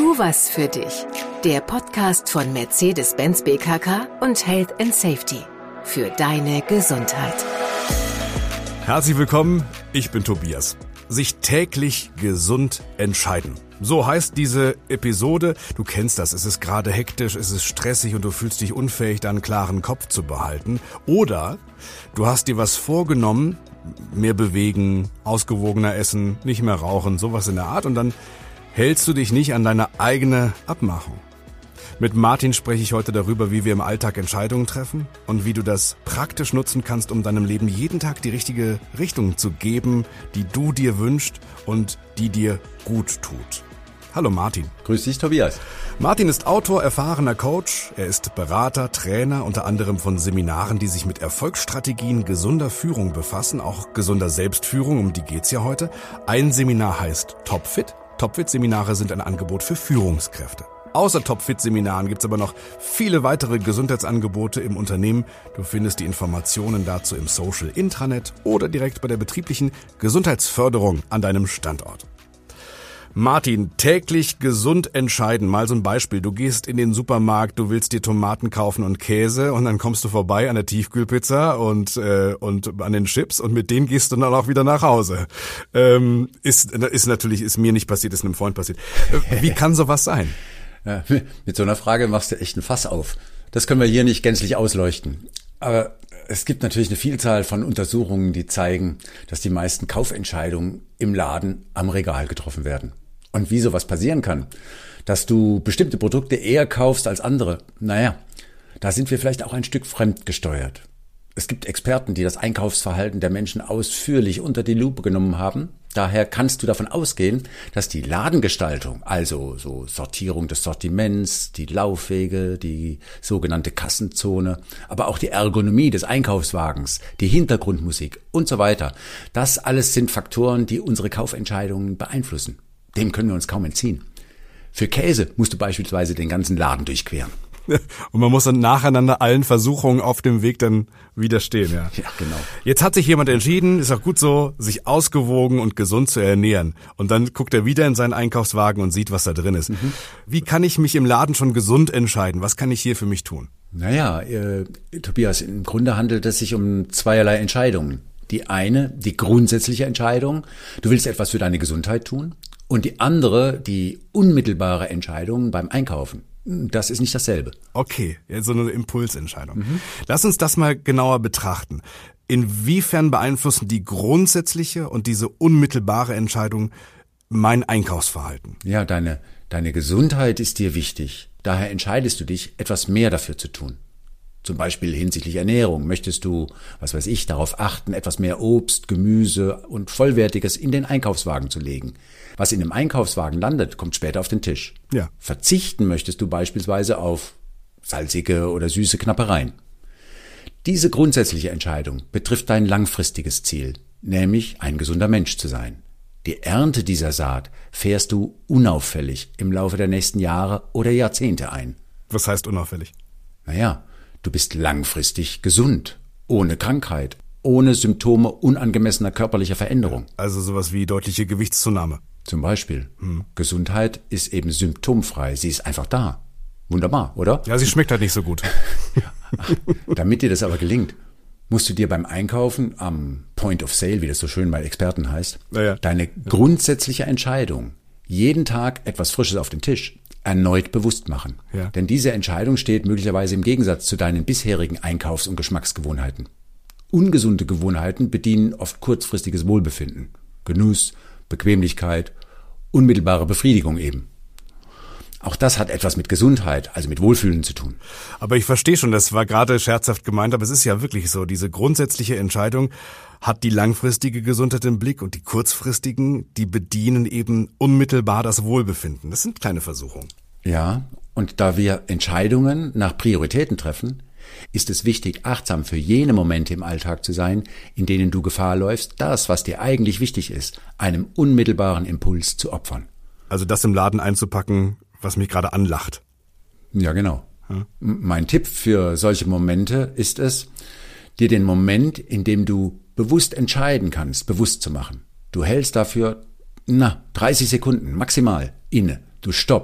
Tu was für dich. Der Podcast von Mercedes-Benz BKK und Health & Safety. Für deine Gesundheit. Herzlich willkommen, ich bin Tobias. Sich täglich gesund entscheiden. So heißt diese Episode. Du kennst das, es ist gerade hektisch, es ist stressig und du fühlst dich unfähig, da einen klaren Kopf zu behalten. Oder du hast dir was vorgenommen, mehr bewegen, ausgewogener essen, nicht mehr rauchen, sowas in der Art. Und dann hältst du dich nicht an deine eigene Abmachung. Mit Martin spreche ich heute darüber, wie wir im Alltag Entscheidungen treffen und wie du das praktisch nutzen kannst, um deinem Leben jeden Tag die richtige Richtung zu geben, die du dir wünschst und die dir gut tut. Hallo Martin. Grüß dich, Tobias. Martin ist Autor, erfahrener Coach. Er ist Berater, Trainer, unter anderem von Seminaren, die sich mit Erfolgsstrategien gesunder Führung befassen, auch gesunder Selbstführung, um die geht's ja heute. Ein Seminar heißt Topfit. Topfit-Seminare sind ein Angebot für Führungskräfte. Außer Topfit-Seminaren gibt's aber noch viele weitere Gesundheitsangebote im Unternehmen. Du findest die Informationen dazu im Social Intranet oder direkt bei der betrieblichen Gesundheitsförderung an deinem Standort. Martin, täglich gesund entscheiden. Mal so ein Beispiel. Du gehst in den Supermarkt, du willst dir Tomaten kaufen und Käse und dann kommst du vorbei an der Tiefkühlpizza und an den Chips und mit denen gehst du dann auch wieder nach Hause. Ist mir nicht passiert, ist einem Freund passiert. Wie kann sowas sein? Ja, mit so einer Frage machst du echt ein Fass auf. Das können wir hier nicht gänzlich ausleuchten. Aber es gibt natürlich eine Vielzahl von Untersuchungen, die zeigen, dass die meisten Kaufentscheidungen im Laden am Regal getroffen werden. Und wie sowas passieren kann, dass du bestimmte Produkte eher kaufst als andere, naja, da sind wir vielleicht auch ein Stück fremdgesteuert. Es gibt Experten, die das Einkaufsverhalten der Menschen ausführlich unter die Lupe genommen haben. Daher kannst du davon ausgehen, dass die Ladengestaltung, also so Sortierung des Sortiments, die Laufwege, die sogenannte Kassenzone, aber auch die Ergonomie des Einkaufswagens, die Hintergrundmusik und so weiter, das alles sind Faktoren, die unsere Kaufentscheidungen beeinflussen. Dem können wir uns kaum entziehen. Für Käse musst du beispielsweise den ganzen Laden durchqueren. Und man muss dann nacheinander allen Versuchungen auf dem Weg dann widerstehen, ja. Ja, genau. Jetzt hat sich jemand entschieden, ist auch gut so, sich ausgewogen und gesund zu ernähren. Und dann guckt er wieder in seinen Einkaufswagen und sieht, was da drin ist. Mhm. Wie kann ich mich im Laden schon gesund entscheiden? Was kann ich hier für mich tun? Naja, Tobias, im Grunde handelt es sich um zweierlei Entscheidungen. Die eine, die grundsätzliche Entscheidung, du willst etwas für deine Gesundheit tun. Und die andere, die unmittelbare Entscheidung beim Einkaufen. Das ist nicht dasselbe. Okay, so eine Impulsentscheidung. Mhm. Lass uns das mal genauer betrachten. Inwiefern beeinflussen die grundsätzliche und diese unmittelbare Entscheidung mein Einkaufsverhalten? Ja, deine Gesundheit ist dir wichtig. Daher entscheidest du dich, etwas mehr dafür zu tun. Zum Beispiel hinsichtlich Ernährung. Möchtest du, darauf achten, etwas mehr Obst, Gemüse und Vollwertiges in den Einkaufswagen zu legen. Was in dem Einkaufswagen landet, kommt später auf den Tisch. Ja. Verzichten möchtest du beispielsweise auf salzige oder süße Knappereien. Diese grundsätzliche Entscheidung betrifft dein langfristiges Ziel, nämlich ein gesunder Mensch zu sein. Die Ernte dieser Saat fährst du unauffällig im Laufe der nächsten Jahre oder Jahrzehnte ein. Was heißt unauffällig? Naja, du bist langfristig gesund, ohne Krankheit, ohne Symptome unangemessener körperlicher Veränderung. Also sowas wie deutliche Gewichtszunahme. Zum Beispiel. Gesundheit ist eben symptomfrei. Sie ist einfach da. Wunderbar, oder? Ja, sie schmeckt halt nicht so gut. Ach, damit dir das aber gelingt, musst du dir beim Einkaufen am Point of Sale, wie das so schön bei Experten heißt, deine grundsätzliche Entscheidung, jeden Tag etwas Frisches auf den Tisch, erneut bewusst machen. Ja. Denn diese Entscheidung steht möglicherweise im Gegensatz zu deinen bisherigen Einkaufs- und Geschmacksgewohnheiten. Ungesunde Gewohnheiten bedienen oft kurzfristiges Wohlbefinden, Genuss, Bequemlichkeit, unmittelbare Befriedigung eben. Auch das hat etwas mit Gesundheit, also mit Wohlfühlen zu tun. Aber ich verstehe schon, das war gerade scherzhaft gemeint, aber es ist ja wirklich so, diese grundsätzliche Entscheidung hat die langfristige Gesundheit im Blick und die kurzfristigen, die bedienen eben unmittelbar das Wohlbefinden. Das sind kleine Versuchungen. Ja, und da wir Entscheidungen nach Prioritäten treffen, ist es wichtig, achtsam für jene Momente im Alltag zu sein, in denen du Gefahr läufst, das, was dir eigentlich wichtig ist, einem unmittelbaren Impuls zu opfern. Also das im Laden einzupacken, was mich gerade anlacht. Ja, genau. Mein Tipp für solche Momente ist es, dir den Moment, in dem du bewusst entscheiden kannst, bewusst zu machen. Du hältst dafür 30 Sekunden maximal inne. Du stoppst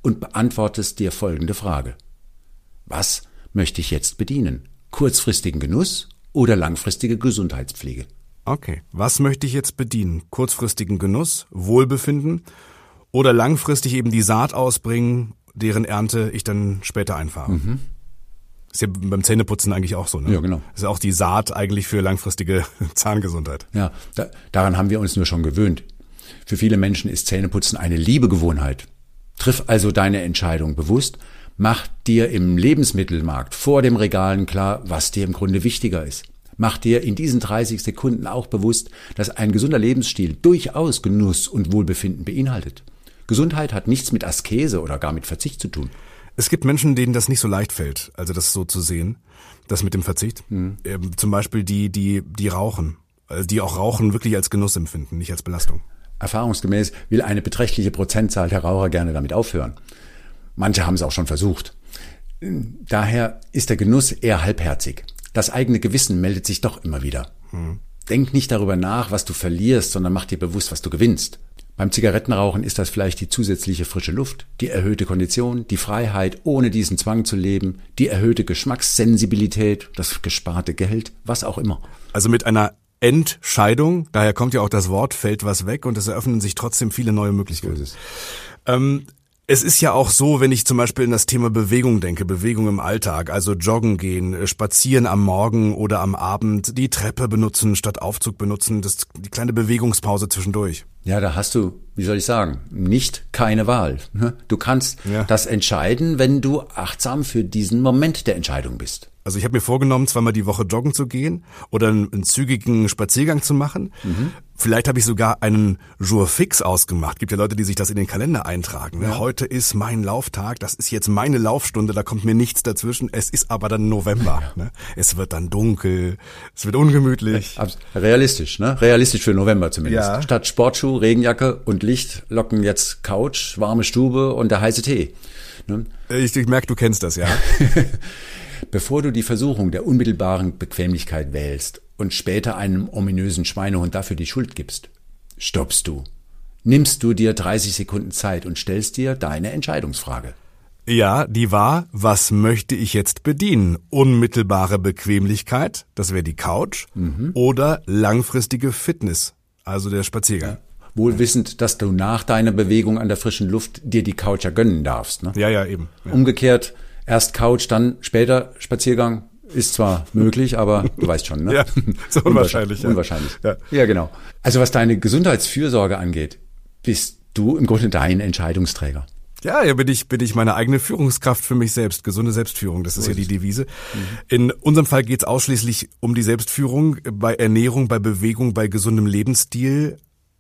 und beantwortest dir folgende Frage. Was möchte ich jetzt bedienen? Kurzfristigen Genuss oder langfristige Gesundheitspflege? Okay, was möchte ich jetzt bedienen? Kurzfristigen Genuss, Wohlbefinden oder langfristig eben die Saat ausbringen, deren Ernte ich dann später einfahre? Mhm. Ist ja beim Zähneputzen eigentlich auch so, ne? Ja, genau. Ist ja auch die Saat eigentlich für langfristige Zahngesundheit. Ja, daran haben wir uns nur schon gewöhnt. Für viele Menschen ist Zähneputzen eine Liebegewohnheit. Triff also deine Entscheidung bewusst. Mach dir im Lebensmittelmarkt vor dem Regalen klar, was dir im Grunde wichtiger ist. Mach dir in diesen 30 Sekunden auch bewusst, dass ein gesunder Lebensstil durchaus Genuss und Wohlbefinden beinhaltet. Gesundheit hat nichts mit Askese oder gar mit Verzicht zu tun. Es gibt Menschen, denen das nicht so leicht fällt, also das so zu sehen, das mit dem Verzicht. Zum Beispiel die rauchen, also die auch Rauchen wirklich als Genuss empfinden, nicht als Belastung. Erfahrungsgemäß will eine beträchtliche Prozentzahl der Raucher gerne damit aufhören. Manche haben es auch schon versucht. Daher ist der Genuss eher halbherzig. Das eigene Gewissen meldet sich doch immer wieder. Denk nicht darüber nach, was du verlierst, sondern mach dir bewusst, was du gewinnst. Beim Zigarettenrauchen ist das vielleicht die zusätzliche frische Luft, die erhöhte Kondition, die Freiheit, ohne diesen Zwang zu leben, die erhöhte Geschmackssensibilität, das gesparte Geld, was auch immer. Also mit einer Entscheidung, daher kommt ja auch das Wort, fällt was weg und es eröffnen sich trotzdem viele neue Möglichkeiten. So ist es ist ja auch so, wenn ich zum Beispiel in das Thema Bewegung denke, Bewegung im Alltag, also joggen gehen, spazieren am Morgen oder am Abend, die Treppe benutzen statt Aufzug benutzen, die kleine Bewegungspause zwischendurch. Ja, da hast du, wie soll ich sagen, keine Wahl. Du kannst das entscheiden, wenn du achtsam für diesen Moment der Entscheidung bist. Also ich habe mir vorgenommen, zweimal die Woche joggen zu gehen oder einen zügigen Spaziergang zu machen. Vielleicht habe ich sogar einen Jour fix ausgemacht. Gibt ja Leute, die sich das in den Kalender eintragen. Ja. Heute ist mein Lauftag, das ist jetzt meine Laufstunde, da kommt mir nichts dazwischen. Es ist aber dann November. Ne? Es wird dann dunkel, es wird ungemütlich. Realistisch, ne? Realistisch für November zumindest. Ja. Statt Sportschuh, Regenjacke und Licht locken jetzt Couch, warme Stube und der heiße Tee. Ne? Ich merke, du kennst das, ja. Bevor du die Versuchung der unmittelbaren Bequemlichkeit wählst und später einem ominösen Schweinehund dafür die Schuld gibst, stoppst du. Nimmst du dir 30 Sekunden Zeit und stellst dir deine Entscheidungsfrage. Ja, die war, was möchte ich jetzt bedienen? Unmittelbare Bequemlichkeit, das wäre die Couch, oder langfristige Fitness, also der Spaziergang. Ja. Wohl wissend, dass du nach deiner Bewegung an der frischen Luft dir die Couch ja gönnen darfst. Ne? Ja, eben. Ja. Umgekehrt, erst Couch, dann später Spaziergang, ist zwar möglich, aber du weißt schon, ne? Ja, so unwahrscheinlich. Unwahrscheinlich. Ja, genau. Also was deine Gesundheitsfürsorge angeht, bist du im Grunde dein Entscheidungsträger. Ja, bin ich meine eigene Führungskraft für mich selbst. Gesunde Selbstführung, das ist ja die Devise. In unserem Fall geht es ausschließlich um die Selbstführung bei Ernährung, bei Bewegung, bei gesundem Lebensstil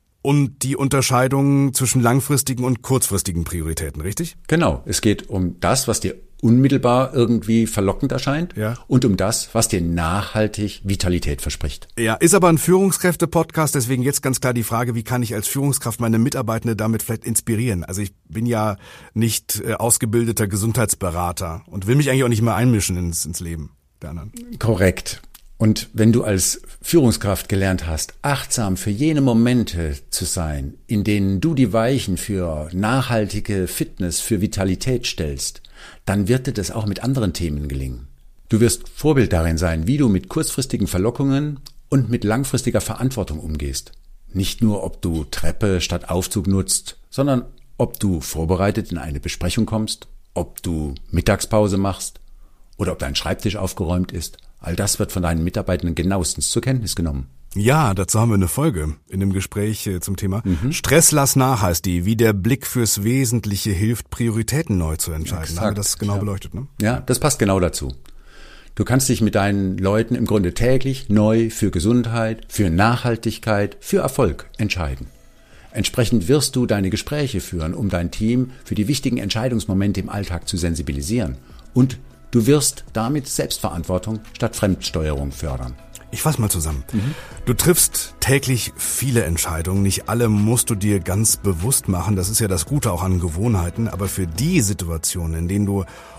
und die Unterscheidung zwischen langfristigen und kurzfristigen Prioritäten, richtig? Genau. Es geht um das, was dir unmittelbar irgendwie verlockend erscheint, und um das, was dir nachhaltig Vitalität verspricht. Ja, ist aber ein Führungskräfte-Podcast, deswegen jetzt ganz klar die Frage, wie kann ich als Führungskraft meine Mitarbeitende damit vielleicht inspirieren? Also ich bin ja nicht ausgebildeter Gesundheitsberater und will mich eigentlich auch nicht mehr einmischen ins Leben der anderen. Korrekt. Und wenn du als Führungskraft gelernt hast, achtsam für jene Momente zu sein, in denen du die Weichen für nachhaltige Fitness, für Vitalität stellst, dann wird dir das auch mit anderen Themen gelingen. Du wirst Vorbild darin sein, wie du mit kurzfristigen Verlockungen und mit langfristiger Verantwortung umgehst. Nicht nur, ob du Treppe statt Aufzug nutzt, sondern ob du vorbereitet in eine Besprechung kommst, ob du Mittagspause machst oder ob dein Schreibtisch aufgeräumt ist. All das wird von deinen Mitarbeitenden genauestens zur Kenntnis genommen. Ja, dazu haben wir eine Folge in dem Gespräch zum Thema Stress lass nach heißt die, wie der Blick fürs Wesentliche hilft, Prioritäten neu zu entscheiden. Exakt, haben wir das genau beleuchtet, ne? Ja, das passt genau dazu. Du kannst dich mit deinen Leuten im Grunde täglich neu für Gesundheit, für Nachhaltigkeit, für Erfolg entscheiden. Entsprechend wirst du deine Gespräche führen, um dein Team für die wichtigen Entscheidungsmomente im Alltag zu sensibilisieren. Und du wirst damit Selbstverantwortung statt Fremdsteuerung fördern. Ich fasse mal zusammen. Du triffst täglich viele Entscheidungen. Nicht alle musst du dir ganz bewusst machen. Das ist ja das Gute auch an Gewohnheiten. Aber für die Situationen, in denen du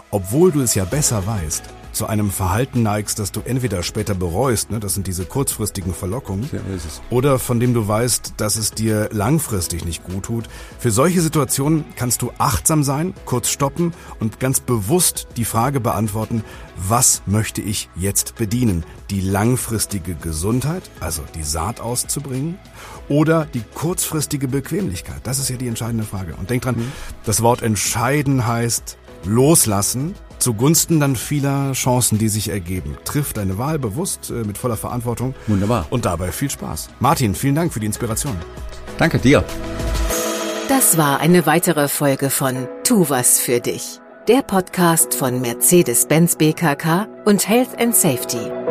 obwohl du es ja besser weißt, zu einem Verhalten neigst, das du entweder später bereust, ne, das sind diese kurzfristigen Verlockungen, Ja, ist es. oder von dem du weißt, dass es dir langfristig nicht gut tut. Für solche Situationen kannst du achtsam sein, kurz stoppen und ganz bewusst die Frage beantworten, was möchte ich jetzt bedienen? Die langfristige Gesundheit, also die Saat auszubringen, oder die kurzfristige Bequemlichkeit? Das ist ja die entscheidende Frage. Und denk dran, das Wort entscheiden heißt loslassen, zugunsten dann vieler Chancen, die sich ergeben. Triff deine Wahl bewusst, mit voller Verantwortung. Wunderbar. Und dabei viel Spaß. Martin, vielen Dank für die Inspiration. Danke dir. Das war eine weitere Folge von Tu was für dich. Der Podcast von Mercedes-Benz BKK und Health & Safety.